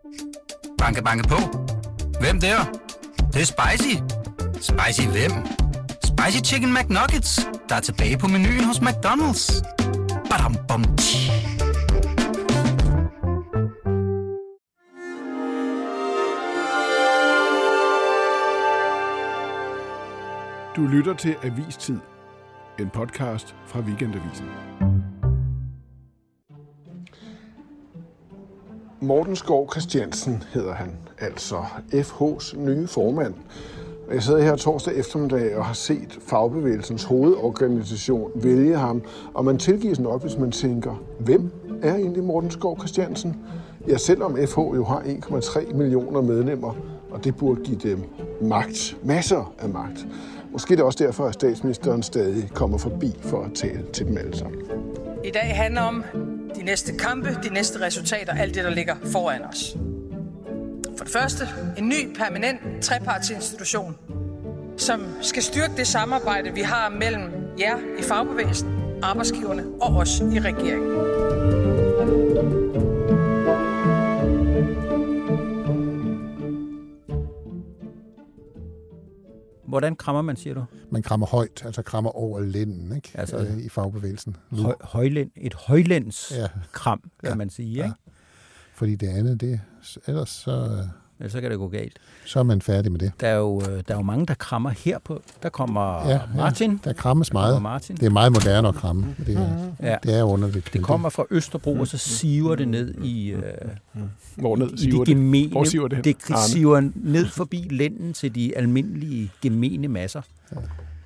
Banke, banke på. Hvem der? Det er spicy. Spicy hvem? Spicy Chicken McNuggets, der er tilbage på menuen hos McDonald's. Badum, bom, tji. Du lytter til Avistid, en podcast fra Weekendavisen. Morten Skov Christiansen hedder han, altså FH's nye formand. Jeg sidder her torsdag eftermiddag og har set fagbevægelsens hovedorganisation vælge ham, og man tilgives nok, hvis man tænker, hvem er egentlig Morten Skov Christiansen? Ja, selvom FH jo har 1,3 millioner medlemmer, og det burde give dem magt, masser af magt. Måske er det også derfor, at statsministeren stadig kommer forbi for at tale til dem alle sammen. I dag handler om de næste kampe, de næste resultater, alt det, der ligger foran os. For det første, en ny permanent trepartsinstitution, som skal styrke det samarbejde, vi har mellem jer i fagbevægelsen, arbejdsgiverne og os i regeringen. Hvordan krammer man, siger du? Man krammer højt, altså krammer over lænden, ikke? Altså, i fagbevægelsen. Et højlændskram, kan man sige, ikke? Ja. Fordi det andet, ellers så kan det gå galt. Så er man færdig med det. Der er jo mange, der krammer her på. Der kommer Martin. Der krammes meget. Det er meget moderne at kramme. Det er underligt. Det kommer fra Østerbro, og så siver det ned i Hvor ned i siver de gemene. Hvor siver det? Det siver ned forbi lænden til de almindelige gemene masser. Ja.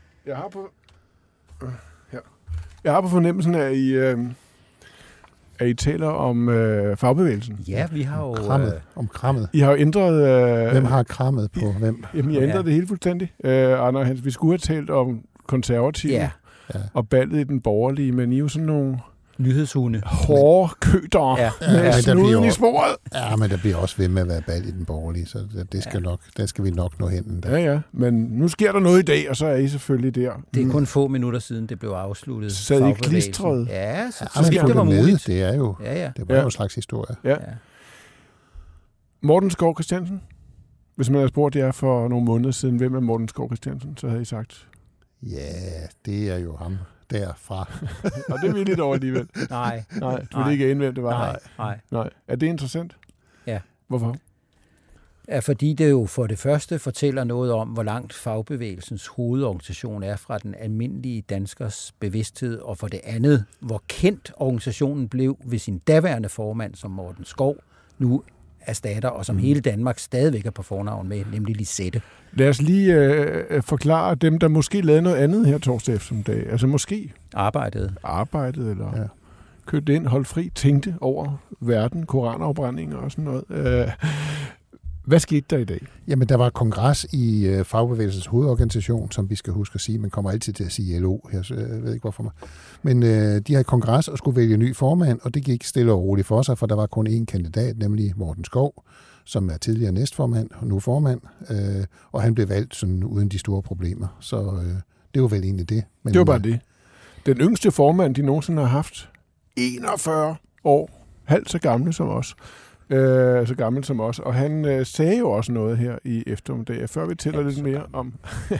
Jeg har på fornemmelsen af, at I taler om fagbevægelsen. Ja, vi har jo... Krammet. I har jo ændret... Hvem har krammet på hvem? Jamen, I har ændret det helt fuldstændig. Arne Hans, vi skulle have talt om konservative og ballet i den borgerlige, men I er jo sådan nogle... Nyhedshunde. Hårde kødere med snuden i sporet. Ja, men der bliver også ved med at være bald i den borgerlige, så der skal vi nok nå hen. Ja, men nu sker der noget i dag, og så er I selvfølgelig der. Det er kun få minutter siden, det blev afsluttet. Sad I klistret? Ja, så det var muligt. Det er jo det var jo en slags historie. Ja. Morten Skov Christiansen. Hvis man havde spurgt jer for nogle måneder siden, hvem er Morten Skov Christiansen, så havde I sagt... Ja, det er jo ham derfra. Og det vil I dog alligevel. Nej. Du vil ikke ane, hvem det var? Nej. Er det interessant? Ja. Hvorfor? Ja, fordi det jo for det første fortæller noget om, hvor langt fagbevægelsens hovedorganisation er fra den almindelige danskers bevidsthed, og for det andet, hvor kendt organisationen blev ved sin daværende formand, som Morten Skov nu erstatter, og som hele Danmark stadigvæk er på fornavn med, nemlig Lisette. Lad os lige forklare dem, der måske lavede noget andet her torsdag eftermiddag. Altså måske... Arbejdede, eller kørte ind, holdt fri, tænkte over verden, koranafbrændinger og sådan noget. Hvad skete der i dag? Jamen, der var kongres i fagbevægelsens hovedorganisation, som vi skal huske at sige. Man kommer altid til at sige LO, jeg ved ikke hvorfor. Men de havde kongres og skulle vælge ny formand, og det gik stille og roligt for sig, for der var kun én kandidat, nemlig Morten Skov, som er tidligere næstformand og nu formand, og han blev valgt sådan uden de store problemer. Så det var vel egentlig det. Men det var bare det. Den yngste formand, de nogensinde har haft, 41 år, halvt så gammel som os. Så gammel som os. Og han sagde jo også noget her i eftermiddag. Før vi tæller lidt mere om...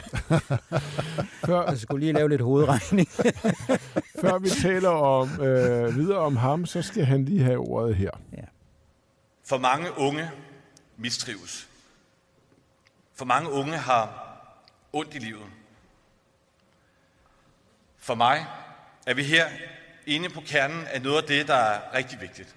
Jeg skulle lige lave lidt hovedregning. Før vi taler videre om ham, så skal han lige have ordet her. Ja. For mange unge mistrives. For mange unge har ondt i livet. For mig er vi her inde på kernen af noget af det, der er rigtig vigtigt.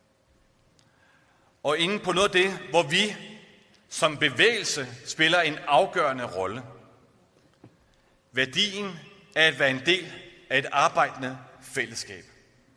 Og inde på noget af det, hvor vi som bevægelse spiller en afgørende rolle. Værdien af at være en del af et arbejdende fællesskab.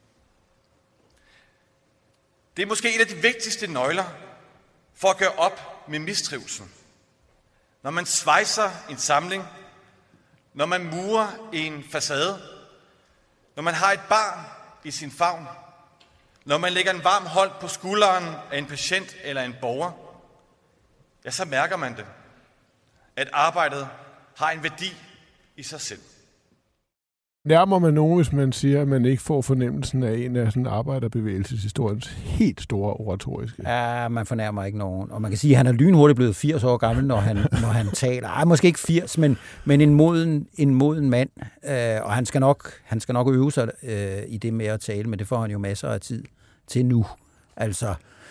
Det er måske et af de vigtigste nøgler for at gøre op med mistrivsel. Når man svejser en samling, når man murer en facade, når man har et barn i sin favn, når man lægger en varm hånd på skulderen af en patient eller en borger, ja, så mærker man det, at arbejdet har en værdi i sig selv. Nærmer man nogen, hvis man siger, at man ikke får fornemmelsen af en af sådan arbejderbevægelseshistoriens helt store oratoriske? Ja, man fornærmer ikke nogen. Og man kan sige, at han er lynhurtigt blevet 80 år gammel, når han taler. Ej, måske ikke 80, men en moden mand. Og han skal nok øve sig i det med at tale, men det får han jo masser af tid til nu. Altså,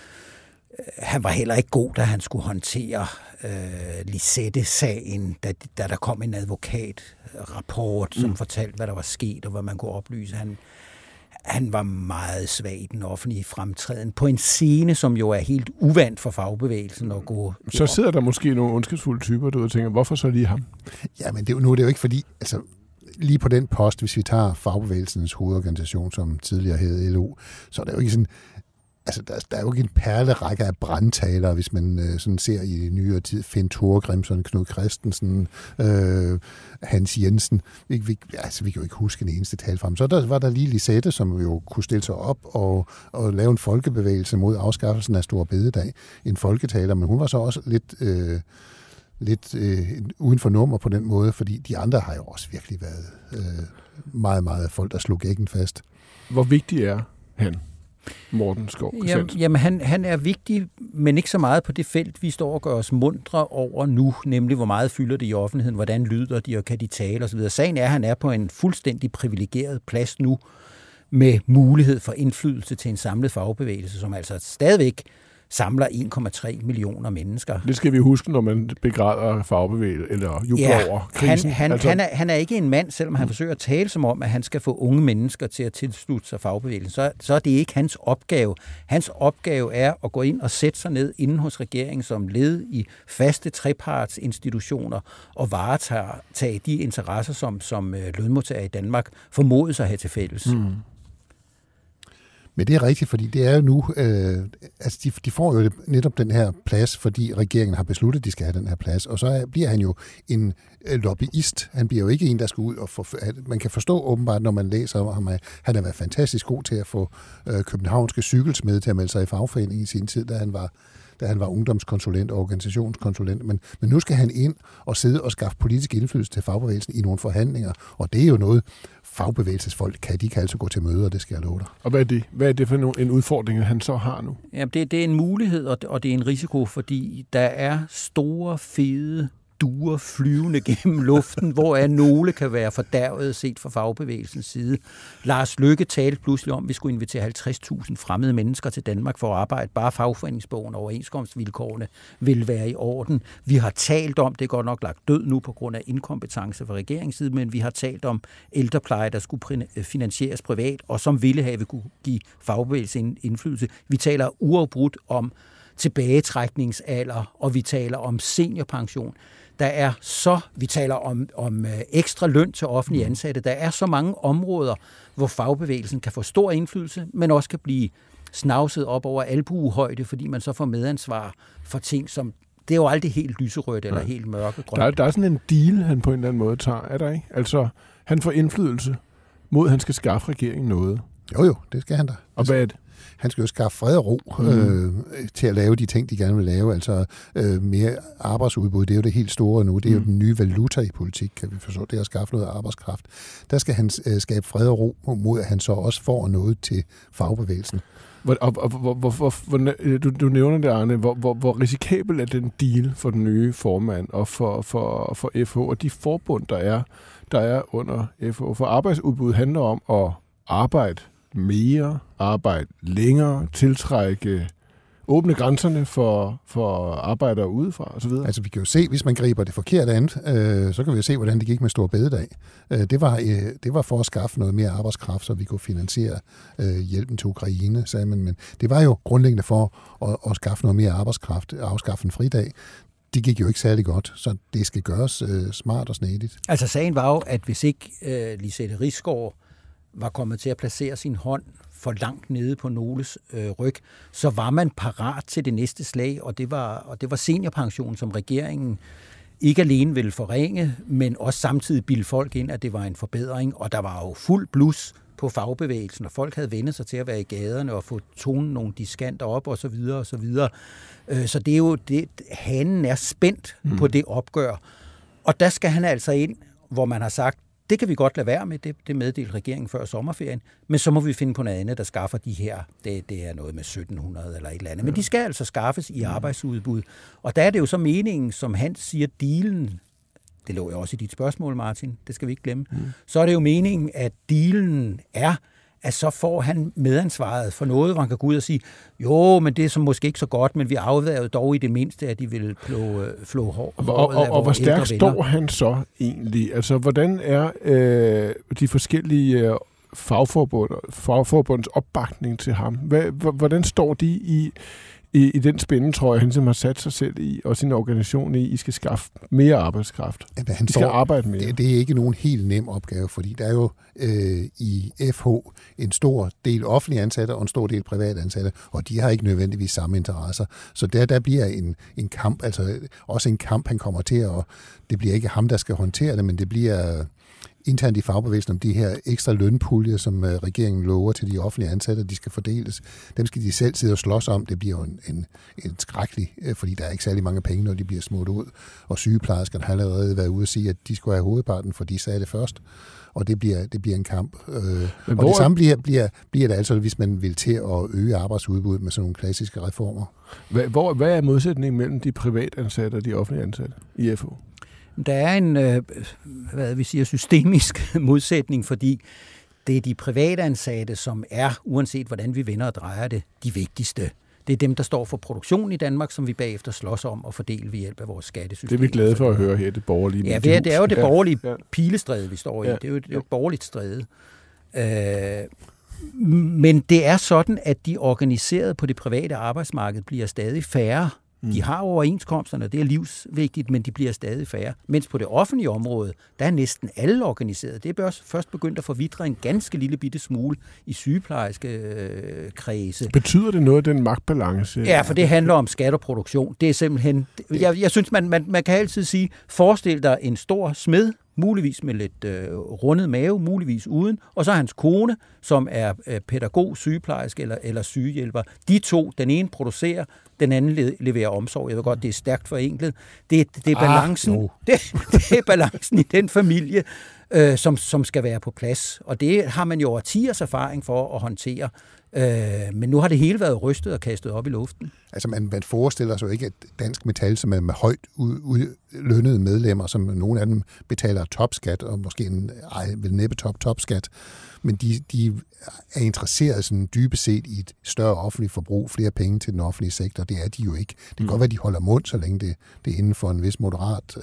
han var heller ikke god, da han skulle håndtere Lisette-sagen, da der kom en advokatrapport, som fortalte, hvad der var sket, og hvad man kunne oplyse. Han var meget svag i den offentlige fremtræden på en scene, som jo er helt uvant for fagbevægelsen at gå. Så sidder der måske nogle ondskabsfulde typer, du tænker, hvorfor så lige ham? Ja, men nu er det jo ikke fordi, altså lige på den post, hvis vi tager fagbevægelsens hovedorganisation, som tidligere hed LO, så er der jo ikke sådan. Altså, der er jo ikke en perlerække af brandtaler, hvis man sådan ser i nyere tid. Finn Thorgrimsson, Knud Christensen, Hans Jensen. Vi kan jo ikke huske en eneste tale fra ham. Så var der lige Lisette, som jo kunne stille sig op og lave en folkebevægelse mod afskaffelsen af Store Bededag. En folketaler, men hun var så også lidt uden for nummer på den måde, fordi de andre har jo også virkelig været meget, meget folk, der slog gækken fast. Hvor vigtig er han? Morten Skov Christiansen. Jamen han er vigtig, men ikke så meget på det felt, vi står og gør os mundre over nu, nemlig hvor meget fylder det i offentligheden, hvordan lyder de, og kan de tale osv. Sagen er, at han er på en fuldstændig privilegeret plads nu, med mulighed for indflydelse til en samlet fagbevægelse, som altså stadigvæk samler 1,3 millioner mennesker. Det skal vi huske, når man begræder fagbevægelse eller jubler over krisen. Han er ikke en mand, selvom han forsøger at tale som om, at han skal få unge mennesker til at tilslutte sig fagbevægelsen. Så er det ikke hans opgave. Hans opgave er at gå ind og sætte sig ned inden hos regeringen som led i faste trepartsinstitutioner og varetage de interesser, som lønmodtagere i Danmark formodes at have til fælles. Men det er rigtigt, fordi det er jo nu, altså de får jo netop den her plads, fordi regeringen har besluttet, at de skal have den her plads, og så bliver han jo en lobbyist. Han bliver jo ikke en, der skal ud og få. Man kan forstå åbenbart, når man læser om ham, at han har været fantastisk god til at få københavnske cykelsmed til at melde sig i fagforeningen i sin tid, da han var ungdomskonsulent og organisationskonsulent. Men nu skal han ind og sidde og skaffe politisk indflydelse til fagbevægelsen i nogle forhandlinger, og det er jo noget, fagbevægelsesfolk kan. De kan altså gå til møder, det skal jeg love dig. Og hvad er det for en udfordring, han så har nu? Jamen, det er en mulighed, og det er en risiko, fordi der er store, fede duer flyvende gennem luften, hvor nogle kan være fordærvet set fra fagbevægelsens side. Lars Løkke talte pludselig om, at vi skulle invitere 50.000 fremmede mennesker til Danmark for at arbejde. Bare fagforeningsbogen og overenskomstvilkårene vil være i orden. Vi har talt om, det er godt nok lagt død nu på grund af inkompetence fra regeringens side, men vi har talt om ældrepleje, der skulle finansieres privat, og som ville have kunne give fagbevægelsen indflydelse. Vi taler uafbrudt om tilbagetrækningsalder, og vi taler om seniorpension. Vi taler om ekstra løn til offentlige ansatte. Der er så mange områder, hvor fagbevægelsen kan få stor indflydelse, men også kan blive snavset op over albuehøjde, fordi man så får medansvar for ting, som det er jo aldrig helt lyserødt eller helt mørkegrønt. Der er sådan en deal, han på en eller anden måde tager, er der ikke? Altså, han får indflydelse mod, at han skal skaffe regeringen noget. Jo, det skal han da. Og hvad er det? Han skal jo skaffe fred og ro til at lave de ting, de gerne vil lave. Altså mere arbejdsudbud, det er jo det helt store nu. Det er jo den nye valuta i politik, kan vi forstå. Det er at skaffe noget arbejdskraft. Der skal han skabe fred og ro mod, at han så også får noget til fagbevægelsen. Du nævner det, Arne. Hvor risikabel er den deal for den nye formand og for FH og de forbund, der er under FH? For arbejdsudbud handler om at arbejde mere, arbejde længere, tiltrække, åbne grænserne for arbejdere udefra osv. Altså vi kan jo se, hvis man griber det forkert an, så kan vi jo se, hvordan det gik med Store Bededag. Det var for at skaffe noget mere arbejdskraft, så vi kunne finansiere hjælpen til Ukraine, sagde man. Men det var jo grundlæggende for at skaffe noget mere arbejdskraft, afskaffe en fridag. Det gik jo ikke særlig godt, så det skal gøres smart og snedigt. Altså sagen var jo, at hvis ikke Lisette Risgaard var kommet til at placere sin hånd for langt nede på Noles ryg, så var man parat til det næste slag, og det var seniorpension, som regeringen ikke alene ville forringe, men også samtidig bilde folk ind, at det var en forbedring, og der var jo fuld blus på fagbevægelsen, og folk havde vendt sig til at være i gaderne og få tonen nogle diskanter op, og så videre, og så videre. Så det er jo det, hanen er spændt på det opgør. Og der skal han altså ind, hvor man har sagt, Det kan vi godt lade være med, det meddelte regeringen før sommerferien, men så må vi finde på noget andet, der skaffer de her, det er noget med 1700 eller et eller andet, men de skal altså skaffes i arbejdsudbud. Og der er det jo så meningen, som Hans siger, dealen, det lå jo også i dit spørgsmål, Martin, det skal vi ikke glemme, så er det jo meningen, at dealen er, at så får han medansvaret for noget, hvor han kan gå ud og sige, jo, men det er så måske ikke så godt, men vi afværgede dog i det mindste, at de ville flå håret. Og hvor stærkt står han så egentlig? Altså, hvordan er de forskellige fagforbunds opbakning til ham? Hvordan står de i den spændetrøje, han som har sat sig selv i, og sin organisation i skal skaffe mere arbejdskraft? Han skal arbejde mere. Det er ikke nogen helt nem opgave, fordi der er jo i FH en stor del offentlige ansatte og en stor del private ansatte, og de har ikke nødvendigvis samme interesser. Så der bliver en kamp, altså også en kamp, han kommer til, og det bliver ikke ham, der skal håndtere det, men det bliver internt i fagbevægelsen om de her ekstra lønpuljer, som regeringen lover til de offentlige ansatte, de skal fordeles. Dem skal de selv sidde og slås om. Det bliver jo en skrækkelig, fordi der er ikke særlig mange penge, når de bliver smurt ud. Og sygeplejerskerne har allerede været ude og sige, at de skulle have hovedparten, for de sagde det først. Og det bliver en kamp. Og det samme bliver det altså, hvis man vil til at øge arbejdsudbuddet med sådan nogle klassiske reformer. Hvad er modsætningen mellem de privatansatte og de offentlige ansatte i FH? Der er en systemisk modsætning, fordi det er de privatansatte, som er, uanset hvordan vi vender og drejer det, de vigtigste. Det er dem, der står for produktion i Danmark, som vi bagefter slås om og fordele ved hjælp af vores skattesystem. Det er vi glade for at høre her, det borgerlige. Ja, det er jo det borgerlige pilestræde, vi står i. Det er jo et borgerligt stræde. Men det er sådan, at de organiserede på det private arbejdsmarked bliver stadig færre. De har overenskomsterne, det er livsvigtigt, men de bliver stadig færre. Mens på det offentlige område, der er næsten alle organiseret. Det er først begyndt at forvitre en ganske lille bitte smule i sygeplejerske kredse. Betyder det noget, den magtbalance? Ja, for det handler om skat og produktion. Det er simpelthen... Jeg synes, man kan altid sige, forestil dig en stor smed, muligvis med lidt rundet mave, muligvis uden, og så hans kone, som er pædagog, sygeplejerske eller sygehjælper. De to, den ene producerer, den anden leverer omsorg. Jeg ved godt, det er stærkt forenklet. Det er balancen. Det er balancen i den familie, som skal være på plads. Og det har man jo årtiers erfaring for at håndtere. Men nu har det hele været rystet og kastet op i luften. Altså man forestiller sig jo ikke, at Dansk Metal, som er med højt lønnede medlemmer, som nogle af dem betaler topskat, og måske vel næppe topskat, men de er interesseret sådan dybest set i et større offentligt forbrug, flere penge til den offentlige sektor. Det er de jo ikke. Det kan godt være, at de holder mund, så længe det er inden for en vis moderat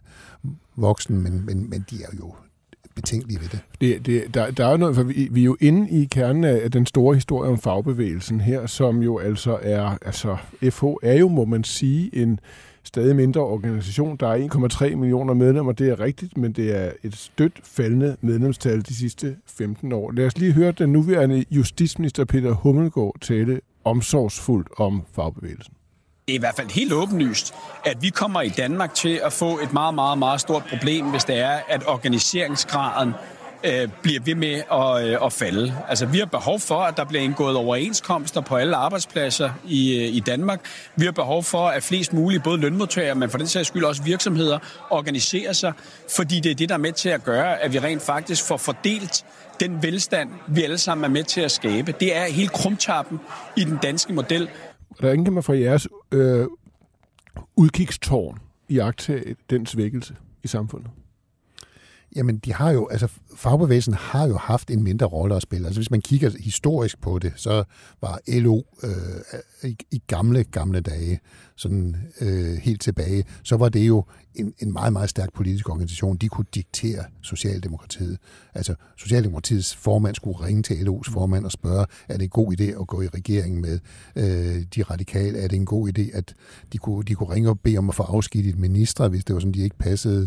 voksen, men de er jo betænkelige ved det. Der er jo noget, for vi er jo inde i kernen af den store historie om fagbevægelsen her, som jo altså FH er jo, må man sige, en stadig mindre organisation. Der er 1,3 millioner medlemmer, det er rigtigt, men det er et stødt faldende medlemstal de sidste 15 år. Lad os lige høre den nuværende justitsminister Peter Hummelgaard tale omsorgsfuldt om fagbevægelsen. Det er i hvert fald helt åbenlyst, at vi kommer i Danmark til at få et meget, meget, meget stort problem, hvis det er, at organiseringsgraden bliver ved med at falde. Altså, vi har behov for, at der bliver indgået overenskomster på alle arbejdspladser i Danmark. Vi har behov for, at flest mulige, både lønmodtagere, men for den sags skyld også virksomheder, organiserer sig, fordi det er det, der er med til at gøre, at vi rent faktisk får fordelt den velstand, vi alle sammen er med til at skabe. Det er helt krumtappen i den danske model. Hvordan kan man fra jeres udkigstårn iagttage den svækkelse i samfundet? Jamen, fagbevægelsen har jo haft en mindre rolle at spille. Altså, hvis man kigger historisk på det, så var LO i gamle dage, sådan helt tilbage, så var det jo en meget, meget stærk politisk organisation. De kunne diktere Socialdemokratiet. Altså, Socialdemokratiets formand skulle ringe til LO's formand og spørge, er det en god idé at gå i regering med de radikale? Er det en god idé, at de kunne ringe og bede om at få afskediget ministre, hvis det var sådan, de ikke passede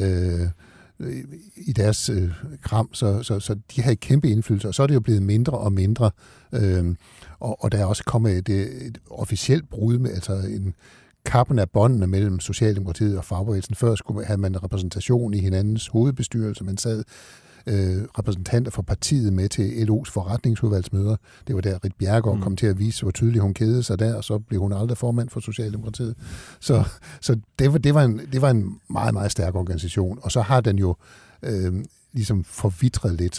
i deres kram, så de havde kæmpe indflydelse, og så er det jo blevet mindre og mindre, og der er også kommet et officielt brud med, altså en kappen af båndene mellem Socialdemokratiet og fagbevægelsen. Før havde man repræsentation i hinandens hovedbestyrelse, man sad repræsentanter for partiet med til LO's forretningsudvalgsmøder. Det var der, Ritt Bjerregaard kom til at vise, hvor tydeligt hun kedede sig der, og så blev hun aldrig formand for Socialdemokratiet. Så det var en meget, meget stærk organisation. Og så har den jo ligesom forvitret lidt.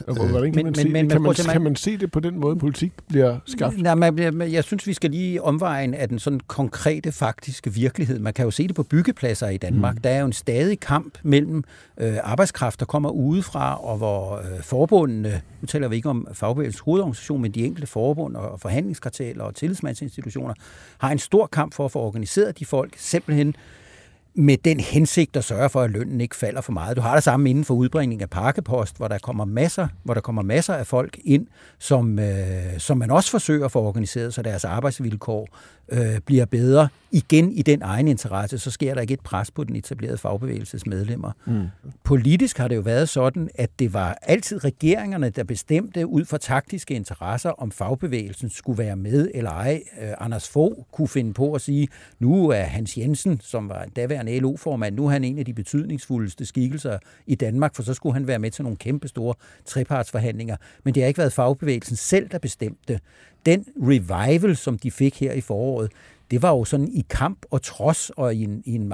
Kan man se det på den måde, politik bliver skabt? Jeg synes, vi skal lige omvejen af den sådan konkrete, faktiske virkelighed. Man kan jo se det på byggepladser i Danmark. Der er jo en stadig kamp mellem arbejdskraft, der kommer udefra, og hvor forbundene, nu taler vi ikke om fagbevægelsens hovedorganisation, men de enkelte forbund og forhandlingskarteller og tillidsmandsinstitutioner, har en stor kamp for at få organiseret de folk, simpelthen med den hensigt at sørge for, at lønnen ikke falder for meget. Du har det samme inden for udbringning af pakkepost, hvor der kommer masser af folk ind, som man også forsøger at få organiseret, så deres arbejdsvilkår bliver bedre. Igen i den egen interesse, så sker der ikke et pres på den etablerede fagbevægelses medlemmer. Politisk har det jo været sådan, at det var altid regeringerne, der bestemte ud fra taktiske interesser, om fagbevægelsen skulle være med eller ej. Anders Fogh kunne finde på at sige, nu er Hans Jensen, som var daværende LO-formand, nu er han en af de betydningsfuldeste skikkelser i Danmark, for så skulle han være med til nogle kæmpe store trepartsforhandlinger. Men det har ikke været fagbevægelsen selv, der bestemte. Den revival, som de fik her i foråret, det var jo sådan i kamp og trods og i en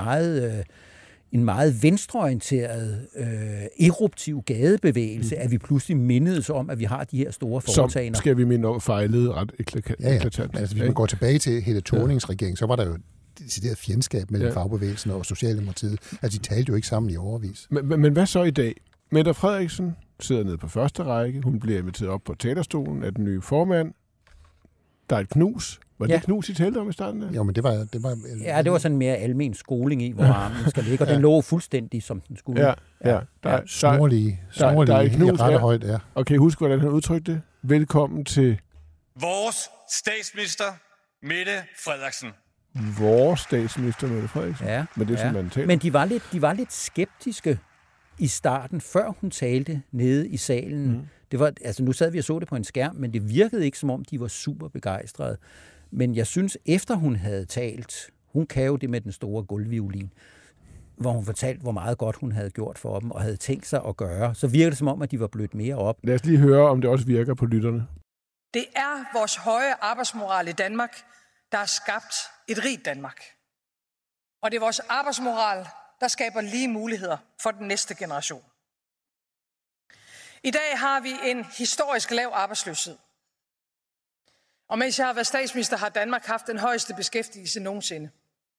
meget venstreorienteret, eruptiv gadebevægelse, at vi pludselig mindedes om, at vi har de her store foretagender. Som skal vi minde om fejlede ret eklatant. Ja. Altså, hvis man går tilbage til Helle Thornings regering, så var der jo decideret fjendskab mellem fagbevægelsen og Socialdemokratiet. Altså, de talte jo ikke sammen i årevis. Men hvad så i dag? Mette Frederiksen sidder nede på første række. Hun bliver inviteret op på talerstolen af den nye formand. Der er et knus. Var det knus, I talte om i starten? Jo, men det var... Ja, det var sådan mere almen skoling i, hvor armen skal ligge, og den lå fuldstændig, som den skulle. Der er snorlige i rette højt, ja. Okay, husk, hvordan han udtrykte det. Velkommen til... Vores statsminister, Mette Frederiksen. Vores statsminister, Mette Frederiksen? Ja. Men det, som man talte. Men de var lidt skeptiske i starten, før hun talte nede i salen. Det var, altså nu sad vi og så det på en skærm, men det virkede ikke, som om de var super begejstrede. Men jeg synes, efter hun havde talt, hun kan jo det med den store gulvviolin, hvor hun fortalte, hvor meget godt hun havde gjort for dem, og havde tænkt sig at gøre, så virkede det som om, at de var blødt mere op. Lad os lige høre, om det også virker på lytterne. Det er vores høje arbejdsmoral i Danmark, der har skabt et rigt Danmark. Og det er vores arbejdsmoral, der skaber lige muligheder for den næste generation. I dag har vi en historisk lav arbejdsløshed. Og mens jeg har været statsminister, har Danmark haft den højeste beskæftigelse nogensinde.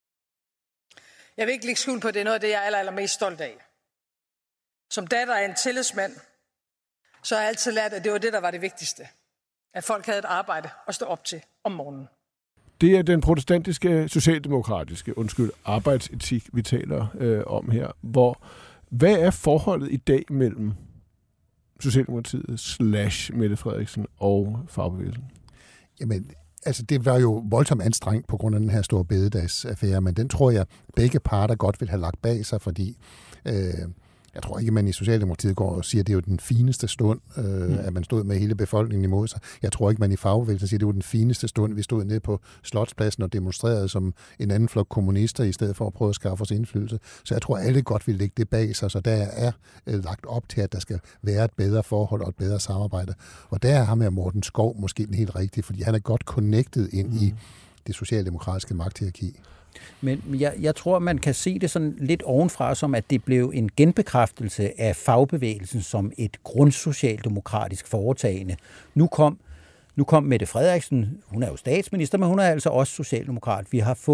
Jeg vil ikke lægge skjul på, at det er noget af det, jeg er allermest stolt af. Som datter af en tillidsmand, så har jeg altid lært, at det var det, der var det vigtigste. At folk havde et arbejde at stå op til om morgenen. Det er den protestantiske, socialdemokratiske, arbejdsetik, vi taler om her. Hvad er forholdet i dag mellem Socialdemokratiet / Mette Frederiksen og fagbevægelsen? Jamen, altså det var jo voldsomt anstrengt på grund af den her store bededagsaffære, men den tror jeg, begge parter godt vil have lagt bag sig, fordi jeg tror ikke, man i Socialdemokratiet går og siger, at det er jo den fineste stund, at man stod med hele befolkningen imod sig. Jeg tror ikke, man i fagbevægelsen siger, at det var den fineste stund, vi stod nede på Slotspladsen og demonstrerede som en anden flok kommunister, i stedet for at prøve at skaffe os indflydelse. Så jeg tror, at alle godt vil lægge det bag sig, så der er lagt op til, at der skal være et bedre forhold og et bedre samarbejde. Og der er ham her Morten Skov måske den helt rigtige, fordi han er godt connected ind i det socialdemokratiske magthierarki. Men jeg tror, man kan se det sådan lidt ovenfra, som at det blev en genbekræftelse af fagbevægelsen som et grundsocialdemokratisk foretagende. Nu kom Mette Frederiksen, hun er jo statsminister, men hun er altså også socialdemokrat.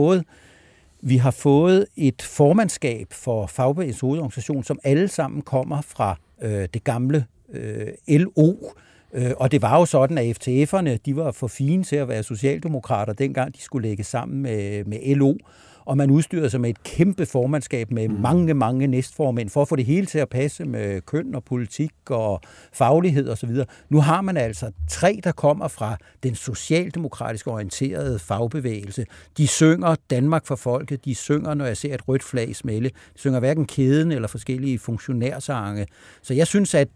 Vi har fået et formandskab for fagbevægelsens hovedorganisation, som alle sammen kommer fra det gamle LO. Og det var jo sådan, at FTF'erne, de var for fine til at være socialdemokrater, dengang de skulle lægge sammen med LO. Og man udstyrede sig med et kæmpe formandskab med mange næstformænd, for at få det hele til at passe med køn og politik og faglighed osv. Nu har man altså 3, der kommer fra den socialdemokratisk orienterede fagbevægelse. De synger Danmark for folket, de synger, når jeg ser et rødt flag smælde. De synger hverken kæden eller forskellige funktionærsange. Så jeg synes, at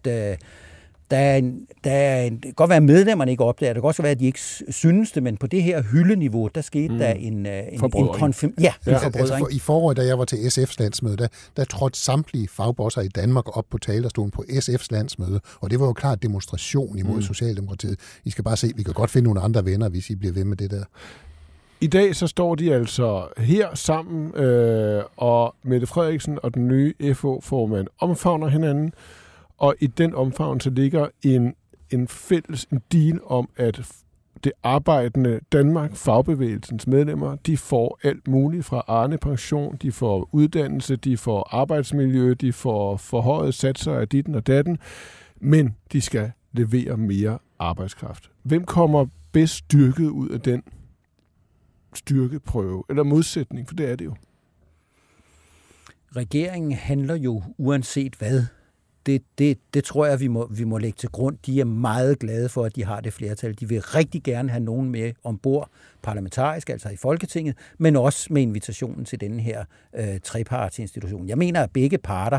det kan godt være, at medlemmerne ikke opdager. Det kan også være, at de ikke synes det, men på det her hyldeniveau, der skete der en forbrydring. Altså, i foråret, da jeg var til SF's landsmøde, der trådte samtlige fagbosser i Danmark op på talerstolen på SF's landsmøde, og det var jo klart demonstration imod Socialdemokratiet. I skal bare se, vi kan godt finde nogle andre venner, hvis I bliver ved med det der. I dag så står de altså her sammen, og Mette Frederiksen og den nye FH-formand omfavner hinanden. Og i den omfavnelse ligger en fælles deal om, at det arbejdende Danmark, fagbevægelsens medlemmer, de får alt muligt fra Arne-pension, de får uddannelse, de får arbejdsmiljø, de får forhøjet satser af ditten og datten, men de skal levere mere arbejdskraft. Hvem kommer bedst styrket ud af den styrkeprøve, eller modsætning, for det er det jo? Regeringen handler jo uanset hvad. Det tror jeg, vi må lægge til grund. De er meget glade for, at de har det flertal. De vil rigtig gerne have nogen med ombord parlamentarisk, altså i Folketinget, men også med invitationen til denne her trepartsinstitution. Jeg mener, at begge parter,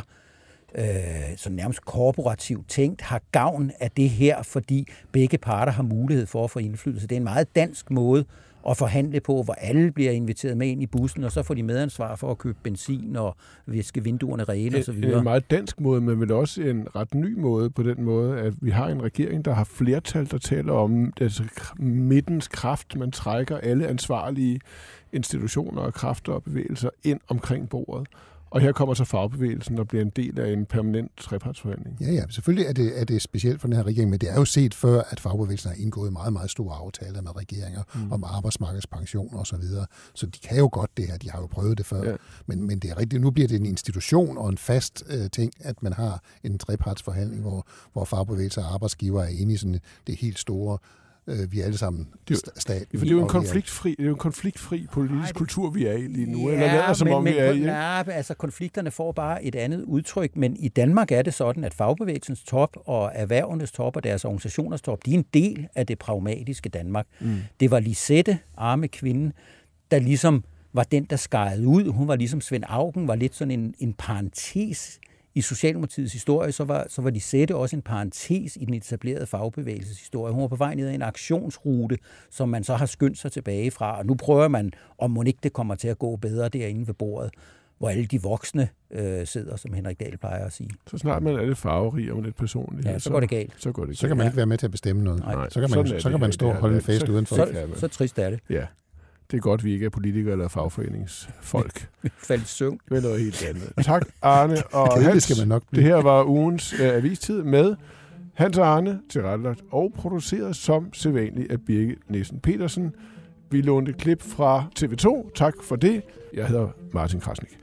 så nærmest korporativt tænkt, har gavn af det her, fordi begge parter har mulighed for at få indflydelse. Det er en meget dansk måde at forhandle på, hvor alle bliver inviteret med ind i bussen, og så får de medansvar for at købe benzin og viske vinduerne rene og så videre. En meget dansk måde, men vel også en ret ny måde på den måde, at vi har en regering, der har flertal, der taler om altså, midtens kraft. Man trækker alle ansvarlige institutioner og kræfter og bevægelser ind omkring bordet. Og her kommer så fagbevægelsen og bliver en del af en permanent trepartsforhandling. Ja, selvfølgelig er det specielt for den her regering, men det er jo set før, at fagbevægelsen har indgået meget, meget store aftaler med regeringer om arbejdsmarkedspension og så videre. Så de kan jo godt det her, de har jo prøvet det før. Ja. Men det er rigtigt, nu bliver det en institution og en fast ting, at man har en trepartsforhandling, hvor fagbevægelser og arbejdsgiver er enige i sådan det helt store. Vi er alle sammen staten. For det er jo en konfliktfri politisk kultur, vi er i lige nu. Ja, eller lader, som om vi er i. Nej, altså konflikterne får bare et andet udtryk, men i Danmark er det sådan, at fagbevægelsens top og erhvervenes top og deres organisationers top, de er en del af det pragmatiske Danmark. Det var Lisette, arme kvinde, der ligesom var den, der skejede ud. Hun var ligesom Svend Auken, var lidt sådan en parentes i Socialdemokratiets historie, så var Lisette også en parentes i den etablerede fagbevægelses historie. Hun var på vej ned ad en aktionsrute, som man så har skyndt sig tilbage fra, og nu prøver man, om må ikke det kommer til at gå bedre derinde ved bordet, hvor alle de voksne sidder, som Henrik Dahl plejer at sige. Så snart man er lidt farverig og lidt personligt. Ja, så går det galt. Så kan man ikke være med til at bestemme noget. Nej. Så kan man stå og holde en fest udenfor. Så trist er det. Ja. Det er godt, vi ikke er politikere eller fagforeningsfolk. Vi faldt i søvn. Det er noget helt andet. Tak, Arne og Hans. Skal man nok det her var ugens avistid med Hans og Arne, tilrettelagt og produceret som sædvanligt af Birgit Nielsen Petersen. Vi lånte et klip fra TV2. Tak for det. Jeg hedder Martin Krasnik.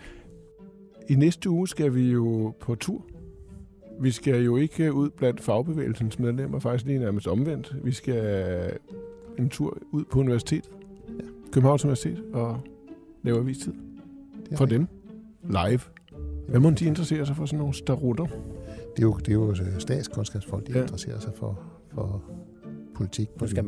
I næste uge skal vi jo på tur. Vi skal jo ikke ud blandt fagbevægelsens medlemmer, faktisk lige nærmest omvendt. Vi skal en tur ud på universitetet. Københavns Universitet og lave avistid. For dem. Live. Hvad må de interessere sig for sådan nogle starutter? Det er jo statskundskabsfolk, de interesserer sig for politik.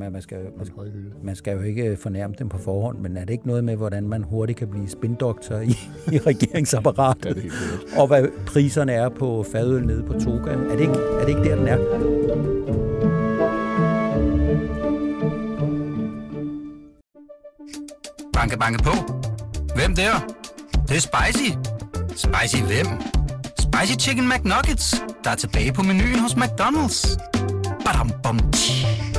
Man skal jo ikke fornærme dem på forhånd, men er det ikke noget med, hvordan man hurtigt kan blive spindoktor i regeringsapparatet? Det er helt vildt. Og hvad priserne er på fadøl nede på Toga? Er det ikke der, den er? Banke, banke på. Hvem der? Det er spicy. Spicy hvem? Spicy Chicken McNuggets, der er tilbage på menuen hos McDonald's. Badum, bom, tji.